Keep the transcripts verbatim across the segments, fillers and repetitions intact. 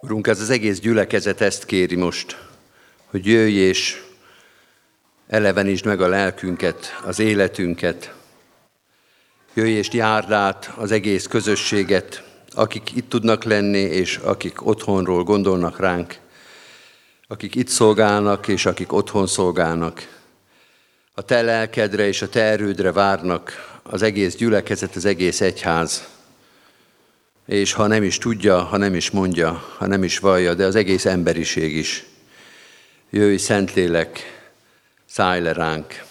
Urunk, ez az egész gyülekezet ezt kéri most, hogy jöjj és elevenítsd meg a lelkünket, az életünket. Jöjj és járd át az egész közösséget, akik itt tudnak lenni, és akik otthonról gondolnak ránk, akik itt szolgálnak, és akik otthon szolgálnak. A te lelkedre és a te erődre várnak az egész gyülekezet, az egész egyház. És ha nem is tudja, ha nem is mondja, ha nem is vallja, de az egész emberiség is. Jöjj, Szentlélek, szállj le ránk.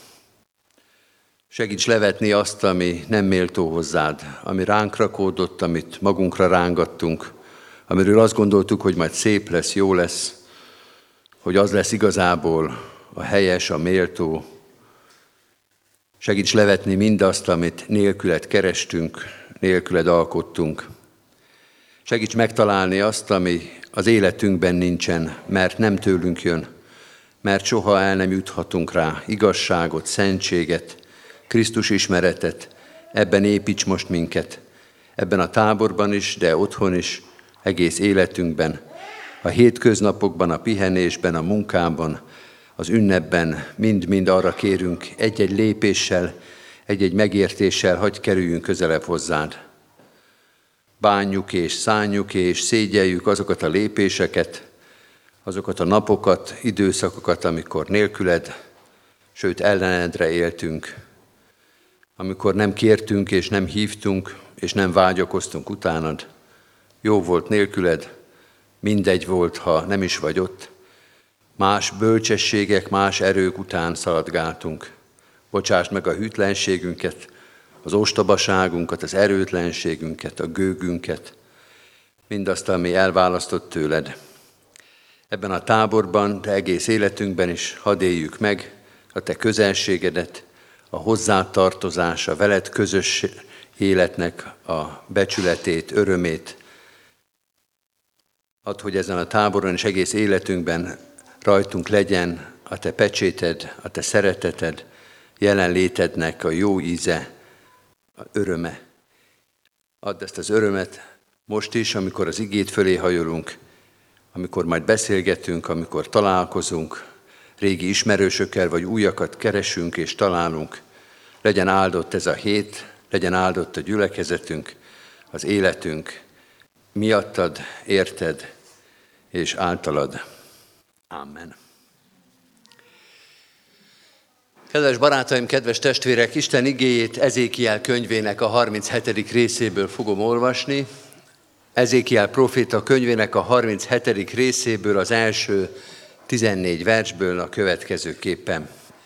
Segíts levetni azt, ami nem méltó hozzád, ami ránk rakódott, amit magunkra rángattunk, amiről azt gondoltuk, hogy majd szép lesz, jó lesz, hogy az lesz igazából a helyes, a méltó. Segíts levetni mindazt, amit nélküled kerestünk, nélküled alkottunk. Segíts megtalálni azt, ami az életünkben nincsen, mert nem tőlünk jön, mert soha el nem juthatunk rá igazságot, szentséget, Krisztus ismeretet. Ebben építs most minket, ebben a táborban is, de otthon is, egész életünkben, a hétköznapokban, a pihenésben, a munkában, az ünnepben, mind-mind arra kérünk, egy-egy lépéssel, egy-egy megértéssel, hadd kerüljünk közelebb hozzád. Bánjuk és szánjuk és szégyeljük azokat a lépéseket, azokat a napokat, időszakokat, amikor nélküled, sőt ellenedre éltünk, amikor nem kértünk és nem hívtunk, és nem vágyakoztunk utánad. Jó volt nélküled, mindegy volt, ha nem is vagy ott. Más bölcsességek, más erők után szaladgáltunk. Bocsásd meg a hűtlenségünket, az ostobaságunkat, az erőtlenségünket, a gőgünket, mindazt, ami elválasztott tőled. Ebben a táborban, de egész életünkben is hadd éljük meg a te közelségedet, a hozzátartozás, a veled közös életnek a becsületét, örömét. Add, hogy ezen a táboron és egész életünkben rajtunk legyen a te pecséted, a te szereteted, jelenlétednek a jó íze, a öröme. Add ezt az örömet most is, amikor az igét fölé hajolunk, amikor majd beszélgetünk, amikor találkozunk, régi ismerősökkel vagy újakat keresünk és találunk. Legyen áldott ez a hét, legyen áldott a gyülekezetünk, az életünk, miattad, érted és általad. Amen. Kedves barátaim, kedves testvérek, Isten igéjét Ezékiel könyvének a harminchetedik részéből fogom olvasni. Ezékiel próféta könyvének a harminchetedik részéből az első tizennégy versből a következőképpen.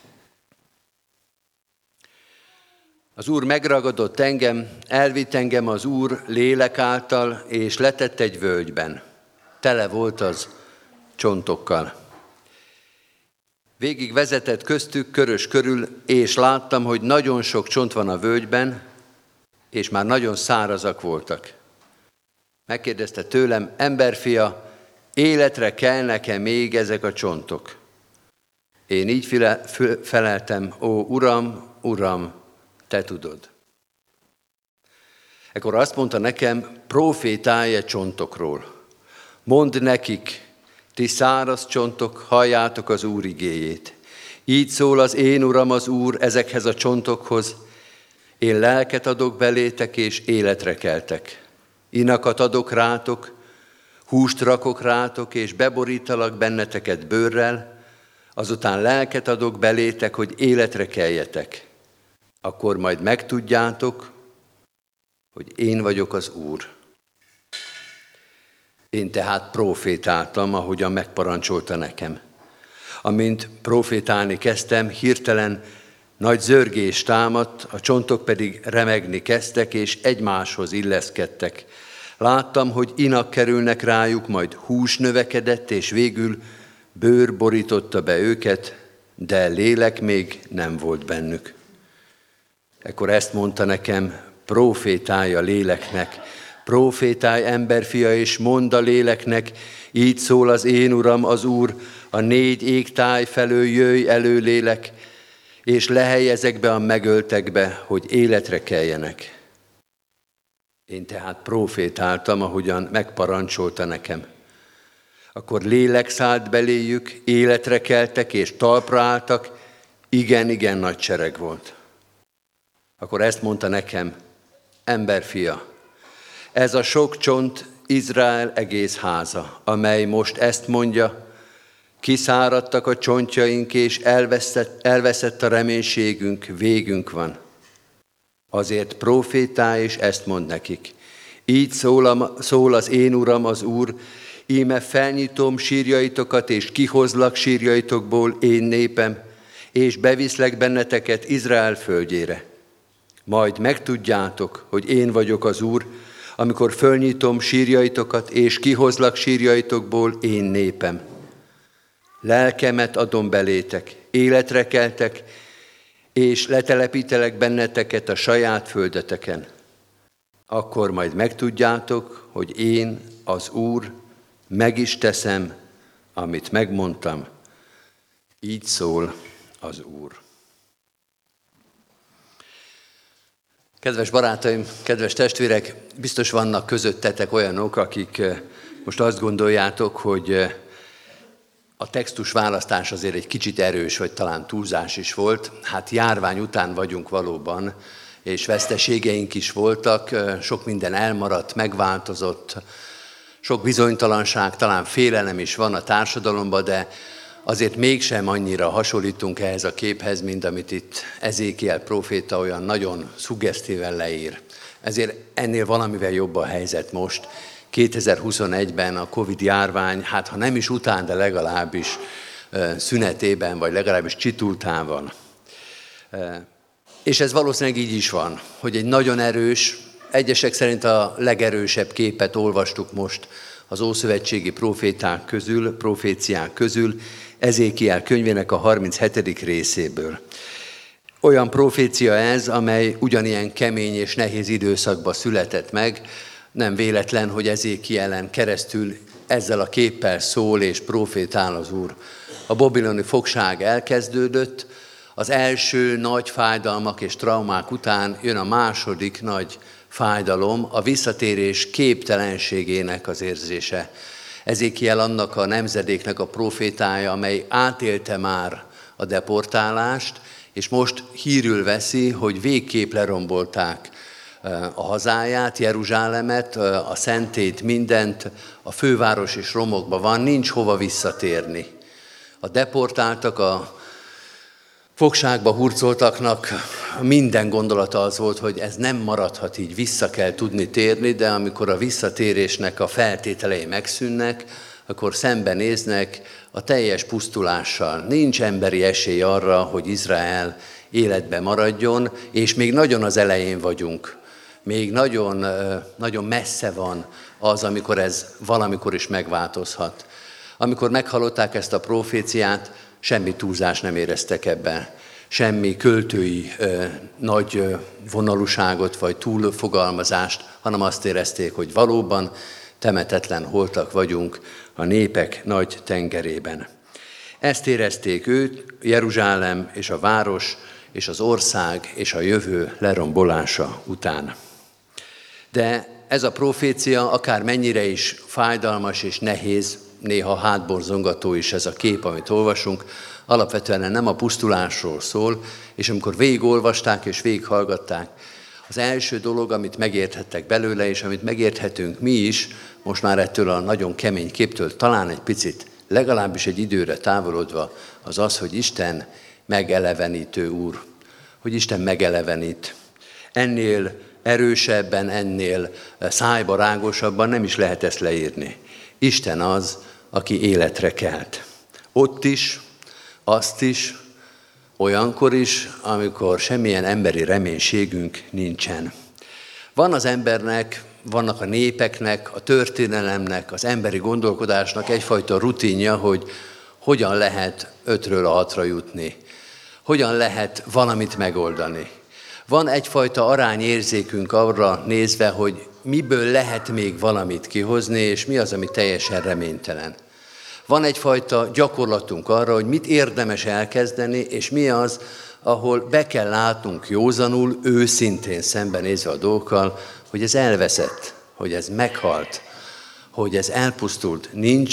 Az Úr megragadott engem, elvitt engem az Úr lélek által, és letett egy völgyben. Tele volt az csontokkal. Végig vezetett köztük körös körül, és láttam, hogy nagyon sok csont van a völgyben, és már nagyon szárazak voltak. Megkérdezte tőlem, emberfia, életre kelnek-e még ezek a csontok? Én így feleltem, ó Uram, Uram, te tudod. Ekkor azt mondta nekem, profétálj a csontokról. Mondd nekik, ti száraz csontok, halljátok az Úr igéjét. Így szól az én Uram az Úr ezekhez a csontokhoz. Én lelket adok belétek, és életre keltek. Inakat adok rátok, húst rakok rátok, és beborítalak benneteket bőrrel, azután lelket adok belétek, hogy életre keljetek. Akkor majd megtudjátok, hogy én vagyok az Úr. Én tehát profétáltam, ahogyan megparancsolta nekem. Amint profétálni kezdtem, hirtelen nagy zörgés támadt, a csontok pedig remegni kezdtek, és egymáshoz illeszkedtek. Láttam, hogy inak kerülnek rájuk, majd hús növekedett, és végül bőr borította be őket, de lélek még nem volt bennük. Ekkor ezt mondta nekem, profétálj a léleknek, profétálj emberfia, és mondd a léleknek, így szól az én Uram, az Úr, a négy égtáj felől jöjj elő lélek, és lehelj ezekbe a megöltekbe, hogy életre keljenek. Én tehát profétáltam, ahogyan megparancsolta nekem. Akkor lélek szállt beléjük, életre keltek és talpra álltak, igen, igen nagy sereg volt. Akkor ezt mondta nekem, emberfia, ez a sok csont Izrael egész háza, amely most ezt mondja, kiszáradtak a csontjaink, és elveszett, elveszett a reménységünk, végünk van. Azért profétálj, és ezt mond nekik. Így szól, a, szól az én Uram, az Úr, íme felnyitom sírjaitokat, és kihozlak sírjaitokból, én népem, és beviszlek benneteket Izrael földjére. Majd megtudjátok, hogy én vagyok az Úr, amikor fölnyitom sírjaitokat, és kihozlak sírjaitokból, én népem. Lelkemet adom belétek, életre keltek, és letelepítelek benneteket a saját földeteken. Akkor majd megtudjátok, hogy én, az Úr, meg is teszem, amit megmondtam. Így szól az Úr. Kedves barátaim, kedves testvérek, biztos vannak közöttetek olyanok, akik most azt gondoljátok, hogy a textus választás azért egy kicsit erős, vagy talán túlzás is volt. Hát járvány után vagyunk valóban, és veszteségeink is voltak, sok minden elmaradt, megváltozott, sok bizonytalanság, talán félelem is van a társadalomban, de azért mégsem annyira hasonlítunk ehhez a képhez, mint amit itt Ezékiel próféta olyan nagyon szuggesztíven leír. Ezért ennél valamivel jobb a helyzet most. kétezer-huszonegyben a Covid járvány, hát ha nem is után, de legalábbis szünetében, vagy legalábbis csitultán van. És ez valószínűleg így is van, hogy egy nagyon erős, egyesek szerint a legerősebb képet olvastuk most az ószövetségi proféták közül, proféciák közül, Ezékiel könyvének a harminchetedik részéből. Olyan profécia ez, amely ugyanilyen kemény és nehéz időszakban született meg. Nem véletlen, hogy Ezékielen keresztül ezzel a képpel szól és profétál az Úr. A babiloni fogság elkezdődött, az első nagy fájdalmak és traumák után jön a második nagy fájdalom, a visszatérés képtelenségének az érzése. Ezékiel annak a nemzedéknek a profétája, amely átélte már a deportálást, és most hírül veszi, hogy végképp lerombolták a hazáját, Jeruzsálemet, a szentét, mindent, a főváros is romokban van, nincs hova visszatérni. A deportáltak, a fogságba hurcoltaknak minden gondolata az volt, hogy ez nem maradhat így, vissza kell tudni térni, de amikor a visszatérésnek a feltételei megszűnnek, akkor szembenéznek a teljes pusztulással. Nincs emberi esély arra, hogy Izrael életben maradjon, és még nagyon az elején vagyunk. Még nagyon, nagyon messze van az, amikor ez valamikor is megváltozhat. Amikor meghallották ezt a proféciát, semmi túlzás nem éreztek ebben. Semmi költői ö, nagy ö, vonalúságot vagy túlfogalmazást, hanem azt érezték, hogy valóban temetetlen holtak vagyunk a népek nagy tengerében. Ezt érezték őt, Jeruzsálem és a város és az ország és a jövő lerombolása után. De ez a profécia akár mennyire is fájdalmas és nehéz, néha hátborzongató is ez a kép, amit olvasunk, alapvetően nem a pusztulásról szól, és amikor végigolvasták és végighallgatták, az első dolog, amit megérthettek belőle, és amit megérthetünk mi is, most már ettől a nagyon kemény képtől talán egy picit, legalábbis egy időre távolodva, az az, hogy Isten megelevenítő Úr, hogy Isten megelevenít. Ennél erősebben, ennél szájba rágosabban nem is lehet ezt leírni. Isten az, aki életre kelt. Ott is, azt is, olyankor is, amikor semmilyen emberi reménységünk nincsen. Van az embernek, vannak a népeknek, a történelemnek, az emberi gondolkodásnak egyfajta rutinja, hogy hogyan lehet ötről a hatra jutni, hogyan lehet valamit megoldani. Van egyfajta arányérzékünk arra nézve, hogy miből lehet még valamit kihozni, és mi az, ami teljesen reménytelen. Van egyfajta gyakorlatunk arra, hogy mit érdemes elkezdeni, és mi az, ahol be kell látnunk józanul, őszintén szembenézve a dolgokkal, hogy ez elveszett, hogy ez meghalt, hogy ez elpusztult, nincs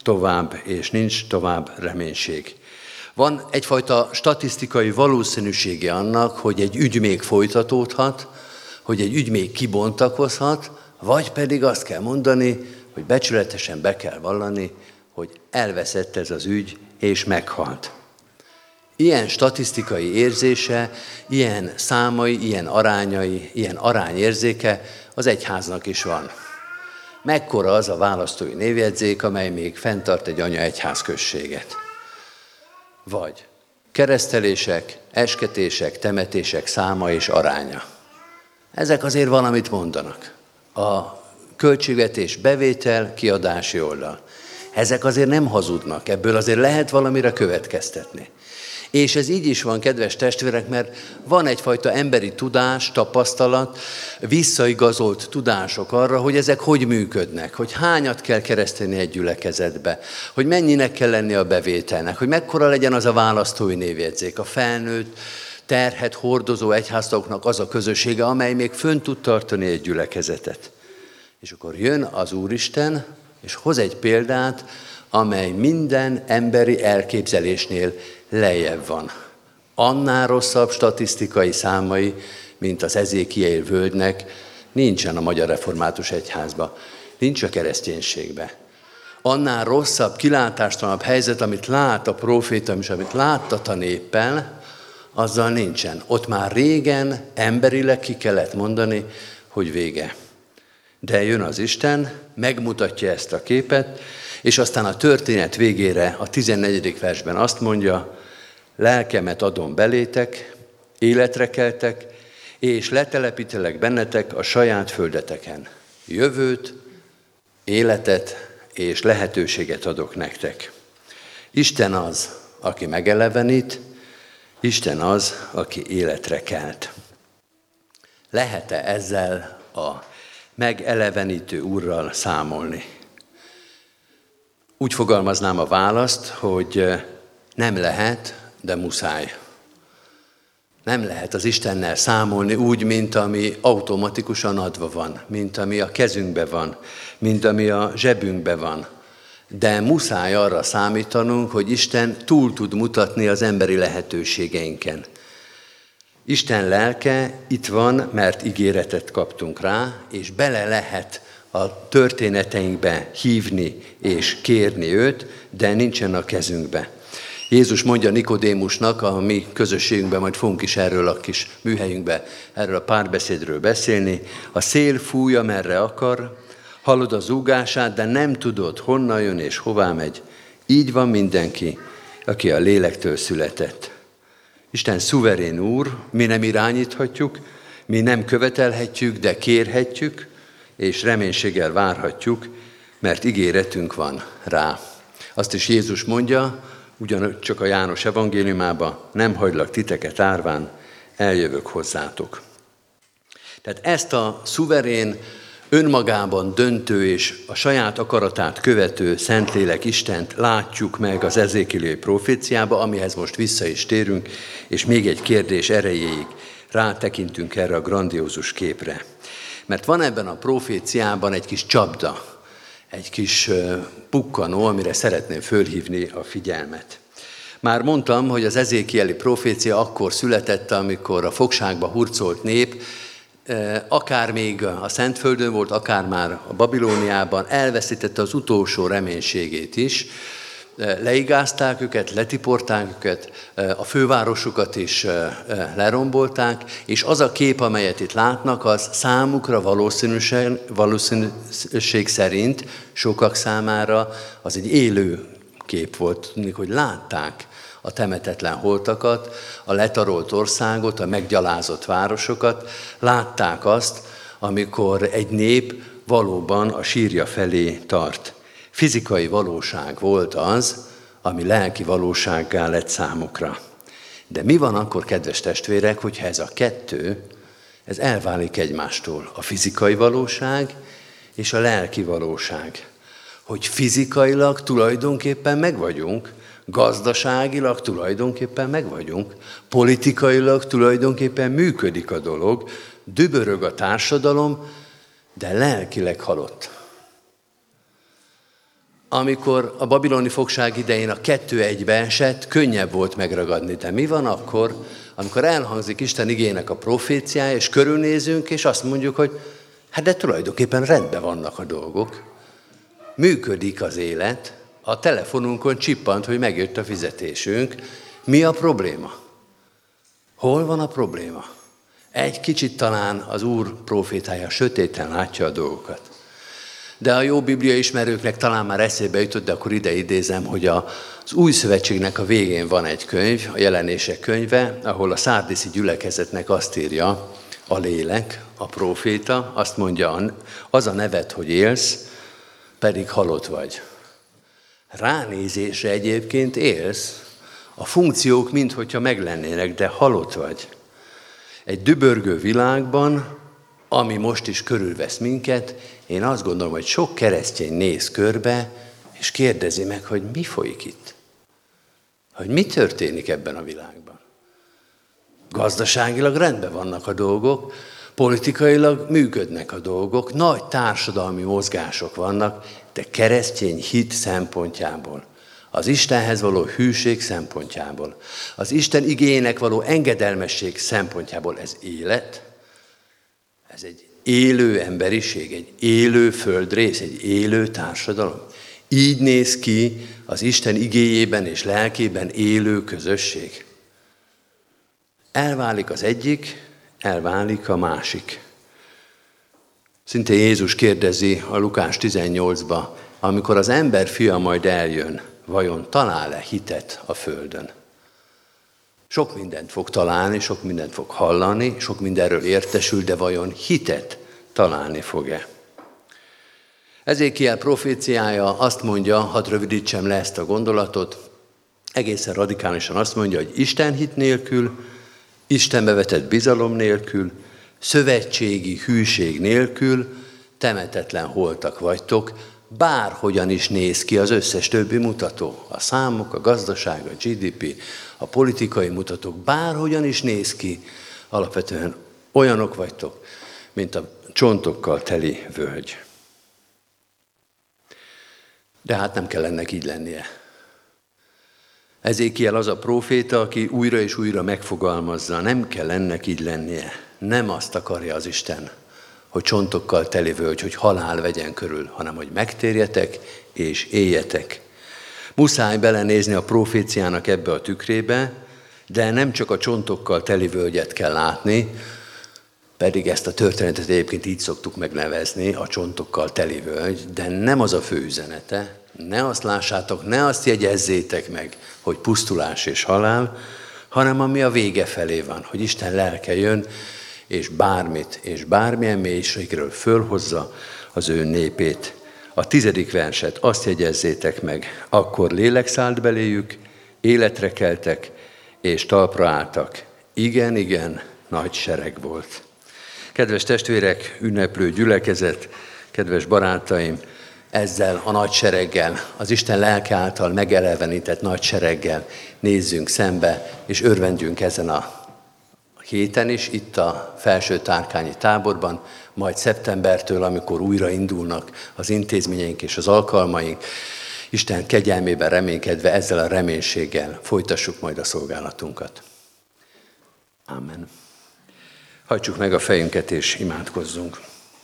tovább, és nincs tovább reménység. Van egyfajta statisztikai valószínűsége annak, hogy egy ügy még folytatódhat, hogy egy ügy még kibontakozhat, vagy pedig azt kell mondani, hogy becsületesen be kell vallani, hogy elveszett ez az ügy, és meghalt. Ilyen statisztikai érzése, ilyen számai, ilyen arányai, ilyen arányérzéke az egyháznak is van. Mekkora az a választói névjegyzék, amely még fenntart egy anya-egyházközséget? Vagy keresztelések, esketések, temetések száma és aránya. Ezek azért valamit mondanak. A költségvetés bevétel, kiadási oldal. Ezek azért nem hazudnak, ebből azért lehet valamire következtetni. És ez így is van, kedves testvérek, mert van egyfajta emberi tudás, tapasztalat, visszaigazolt tudások arra, hogy ezek hogy működnek, hogy hányat kell keresztelni egy gyülekezetbe, hogy mennyinek kell lenni a bevételnek, hogy mekkora legyen az a választói névjegyzék, a felnőtt, terhet hordozó egyháztagoknak az a közössége, amely még fönn tud tartani egy gyülekezetet. És akkor jön az Úristen, és hoz egy példát, amely minden emberi elképzelésnél lejjebb van. Annál rosszabb statisztikai számai, mint az Ezékiel völgynek, nincsen a Magyar Református Egyházban, nincs a kereszténységben. Annál rosszabb, kilátástalanabb helyzet, amit lát a próféta, és amit láttat a néppel, azzal nincsen. Ott már régen emberileg ki kellett mondani, hogy vége. De jön az Isten, megmutatja ezt a képet, és aztán a történet végére a tizennegyedik versben azt mondja, lelkemet adom belétek, életre keltek, és letelepítelek bennetek a saját földeteken. Jövőt, életet és lehetőséget adok nektek. Isten az, aki megelevenít, Isten az, aki életre kelt. Lehet-e ezzel a megelevenítő Úrral számolni? Úgy fogalmaznám a választ, hogy nem lehet, de muszáj. Nem lehet az Istennel számolni úgy, mint ami automatikusan adva van, mint ami a kezünkbe van, mint ami a zsebünkbe van. De muszáj arra számítanunk, hogy Isten túl tud mutatni az emberi lehetőségeinken. Isten lelke itt van, mert ígéretet kaptunk rá, és bele lehet a történeteinkbe hívni és kérni őt, de nincsen a kezünkbe. Jézus mondja Nikodémusnak, a mi közösségünkben, majd fogunk is erről a kis műhelyünkben, erről a párbeszédről beszélni, a szél fúj, amerre akar, hallod a zúgását, de nem tudod, honnan jön és hová megy. Így van mindenki, aki a lélektől született. Isten szuverén Úr, mi nem irányíthatjuk, mi nem követelhetjük, de kérhetjük, és reménységgel várhatjuk, mert ígéretünk van rá. Azt is Jézus mondja, ugyancsak a János evangéliumában, nem hagylak titeket árván, eljövök hozzátok. Tehát ezt a szuverén, önmagában döntő és a saját akaratát követő Szentlélek Istent látjuk meg az ezékieli proféciába, amihez most vissza is térünk, és még egy kérdés erejéig rátekintünk erre a grandiózus képre. Mert van ebben a proféciában egy kis csapda, egy kis pukkanó, amire szeretném fölhívni a figyelmet. Már mondtam, hogy az ezékieli profécia akkor született, amikor a fogságba hurcolt nép, akár még a Szentföldön volt, akár már a Babilóniában elveszítette az utolsó reménységét is. Leigázták őket, letiporták őket, a fővárosukat is lerombolták, és az a kép, amelyet itt látnak, az számukra valószínűség, valószínűség szerint sokak számára az egy élő kép volt, hogy látták a temetetlen holtakat, a letarolt országot, a meggyalázott városokat, látták azt, amikor egy nép valóban a sírja felé tart. Fizikai valóság volt az, ami lelki valósággá lett számukra. De mi van akkor, kedves testvérek, hogyha ez a kettő, ez elválik egymástól, a fizikai valóság és a lelki valóság. Hogy fizikailag tulajdonképpen megvagyunk, gazdaságilag tulajdonképpen megvagyunk, politikailag tulajdonképpen működik a dolog, dübörög a társadalom, de lelkileg halott. amikor a babiloni fogság idején a kettő egybe esett, könnyebb volt megragadni. De mi van akkor, amikor elhangzik Isten igének a proféciája, és körülnézünk, és azt mondjuk, hogy hát de tulajdonképpen rendben vannak a dolgok. Működik az élet, a telefonunkon csippant, hogy megjött a fizetésünk. Mi a probléma? Hol van a probléma? Egy kicsit talán az Úr profétája sötéten látja a dolgokat. De a jó Biblia ismerőknek talán már eszébe jutott, de akkor ide idézem, hogy az Új Szövetségnek a végén van egy könyv, a Jelenések könyve, ahol a szárdiszi gyülekezetnek azt írja a lélek, a próféta, azt mondja, az a neved, hogy élsz, pedig halott vagy. Ránézésre egyébként élsz, a funkciók minthogyha meglennének, de halott vagy. Egy dübörgő világban, ami most is körülvesz minket, én azt gondolom, hogy sok keresztény néz körbe, és kérdezi meg, hogy mi folyik itt. Hogy mi történik ebben a világban. Gazdaságilag rendben vannak a dolgok, politikailag működnek a dolgok, nagy társadalmi mozgások vannak, de keresztény hit szempontjából, az Istenhez való hűség szempontjából, az Isten igéjének való engedelmesség szempontjából ez élet, ez egy élő emberiség, egy élő földrész, egy élő társadalom. Így néz ki az Isten igéjében és lelkében élő közösség. Elválik az egyik, elválik a másik. Szintén Jézus kérdezi a Lukás tizennyolcba, amikor az ember fia majd eljön, vajon talál-e hitet a földön? Sok mindent fog találni, sok mindent fog hallani, sok mindenről értesül, de vajon hitet találni fog-e? Ezékiel proféciája azt mondja, hadd rövidítsem le ezt a gondolatot, egészen radikálisan azt mondja, hogy Isten hit nélkül, Istenbe vetett bizalom nélkül, szövetségi hűség nélkül temetetlen holtak vagytok, bárhogyan is néz ki az összes többi mutató. A számok, a gazdaság, a gé dé pé, a politikai mutatók, bárhogyan is néz ki, alapvetően olyanok vagytok, mint a csontokkal teli völgy. De hát nem kell ennek így lennie. Ezékiel az a próféta, aki újra és újra megfogalmazza, nem kell ennek így lennie. Nem azt akarja az Isten, hogy csontokkal teli völgy, hogy halál vegyen körül, hanem hogy megtérjetek és éljetek. Muszáj belenézni a proféciának ebbe a tükrébe, de nem csak a csontokkal teli völgyet kell látni, pedig ezt a történetet egyébként így szoktuk megnevezni, a csontokkal teli völgy, de nem az a fő üzenete, ne azt lássátok, ne azt jegyezzétek meg, hogy pusztulás és halál, hanem ami a vége felé van, hogy Isten lelke jön, és bármit, és bármilyen mélységről fölhozza az ő népét. A tizedik verset, azt jegyezzétek meg, akkor lélek szállt beléjük, életre keltek, és talpra álltak. Igen, igen, nagy sereg volt. Kedves testvérek, ünneplő gyülekezet, kedves barátaim, ezzel a nagy sereggel, az Isten lelke által megelevenített nagy sereggel nézzünk szembe, és örvendjünk ezen a héten is, itt a Felső Tárkányi táborban, majd szeptembertől, amikor újra indulnak az intézményeink és az alkalmaink, Isten kegyelmében reménykedve ezzel a reménységgel folytassuk majd a szolgálatunkat. Amen. Hajtsuk meg a fejünket és imádkozzunk.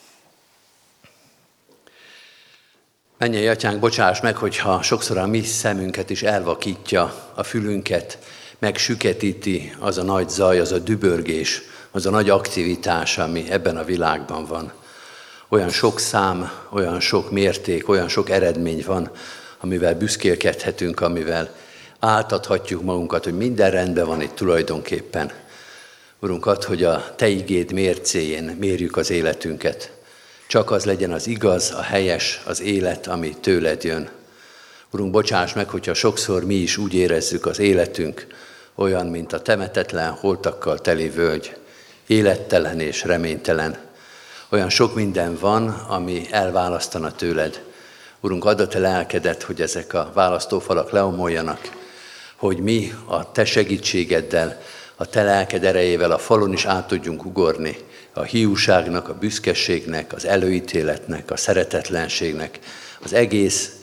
Mennyei Atyánk, bocsáss meg, hogyha sokszor a mi szemünket is elvakítja, a fülünket megsüketíti az a nagy zaj, az a dübörgés, az a nagy aktivitás, ami ebben a világban van. Olyan sok szám, olyan sok mérték, olyan sok eredmény van, amivel büszkélkedhetünk, amivel áltathatjuk magunkat, hogy minden rendben van itt tulajdonképpen. Urunk, add, hogy a Te igéd mércéjén mérjük az életünket. Csak az legyen az igaz, a helyes, az élet, ami tőled jön. Urunk, bocsáss meg, hogyha sokszor mi is úgy érezzük az életünk, olyan, mint a temetetlen, holtakkal teli völgy, élettelen és reménytelen. Olyan sok minden van, ami elválasztana tőled. Urunk, add a Te lelkedet, hogy ezek a választófalak leomoljanak, hogy mi a Te segítségeddel, a Te lelked erejével a falon is át tudjunk ugorni, a hiúságnak, a büszkeségnek, az előítéletnek, a szeretetlenségnek, az egész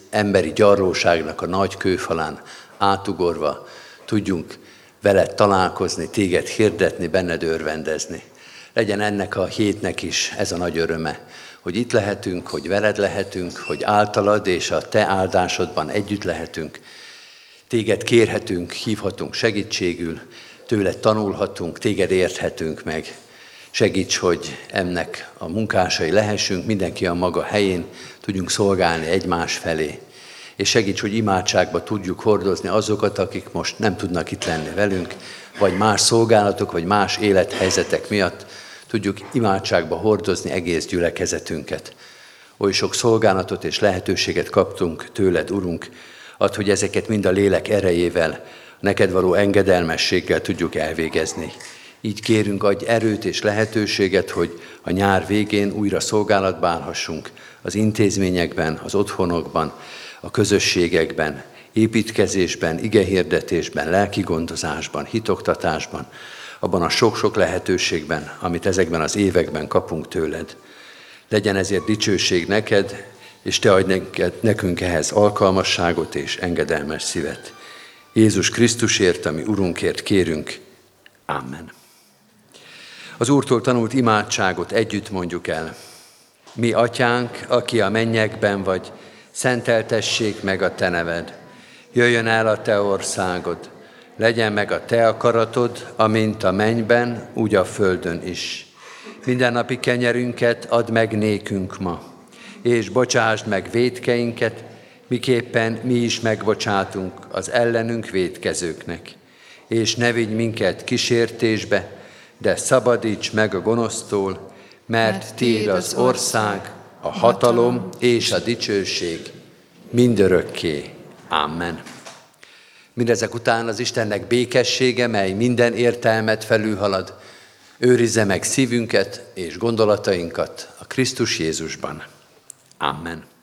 emberi gyarlóságnak a nagy kőfalán átugorva tudjunk veled találkozni, téged hirdetni, benned örvendezni. Legyen ennek a hétnek is ez a nagy öröme, hogy itt lehetünk, hogy veled lehetünk, hogy általad és a te áldásodban együtt lehetünk. Téged kérhetünk, hívhatunk segítségül, tőled tanulhatunk, téged érthetünk meg. Segíts, hogy ennek a munkásai lehessünk, mindenki a maga helyén, tudjunk szolgálni egymás felé. És segíts, hogy imádságba tudjuk hordozni azokat, akik most nem tudnak itt lenni velünk, vagy más szolgálatok, vagy más élethelyzetek miatt tudjuk imádságba hordozni egész gyülekezetünket. Oly sok szolgálatot és lehetőséget kaptunk tőled, Urunk, add, hogy ezeket mind a lélek erejével, neked való engedelmességgel tudjuk elvégezni. Így kérünk, adj erőt és lehetőséget, hogy a nyár végén újra szolgálatba állhassunk az intézményekben, az otthonokban, a közösségekben, építkezésben, igehirdetésben, lelkigondozásban, hitoktatásban, abban a sok-sok lehetőségben, amit ezekben az években kapunk tőled. Legyen ezért dicsőség neked, és te adj neked, nekünk ehhez alkalmasságot és engedelmes szívet. Jézus Krisztusért, ami Urunkért kérünk. Amen. Az Úrtól tanult imádságot együtt mondjuk el. Mi, Atyánk, aki a mennyekben vagy, szenteltessék meg a te neved. Jöjjön el a te országod. Legyen meg a te akaratod, amint a mennyben, úgy a földön is. Mindennapi kenyerünket add meg nékünk ma, és bocsásd meg vétkeinket, miképpen mi is megbocsátunk az ellenünk vétkezőknek. És ne vigy minket kísértésbe, de szabadíts meg a gonosztól, mert tiéd az ország, a hatalom és a dicsőség mindörökké. Amen. Mindezek után az Istennek békessége, mely minden értelmet felülhalad, őrizze meg szívünket és gondolatainkat a Krisztus Jézusban. Amen.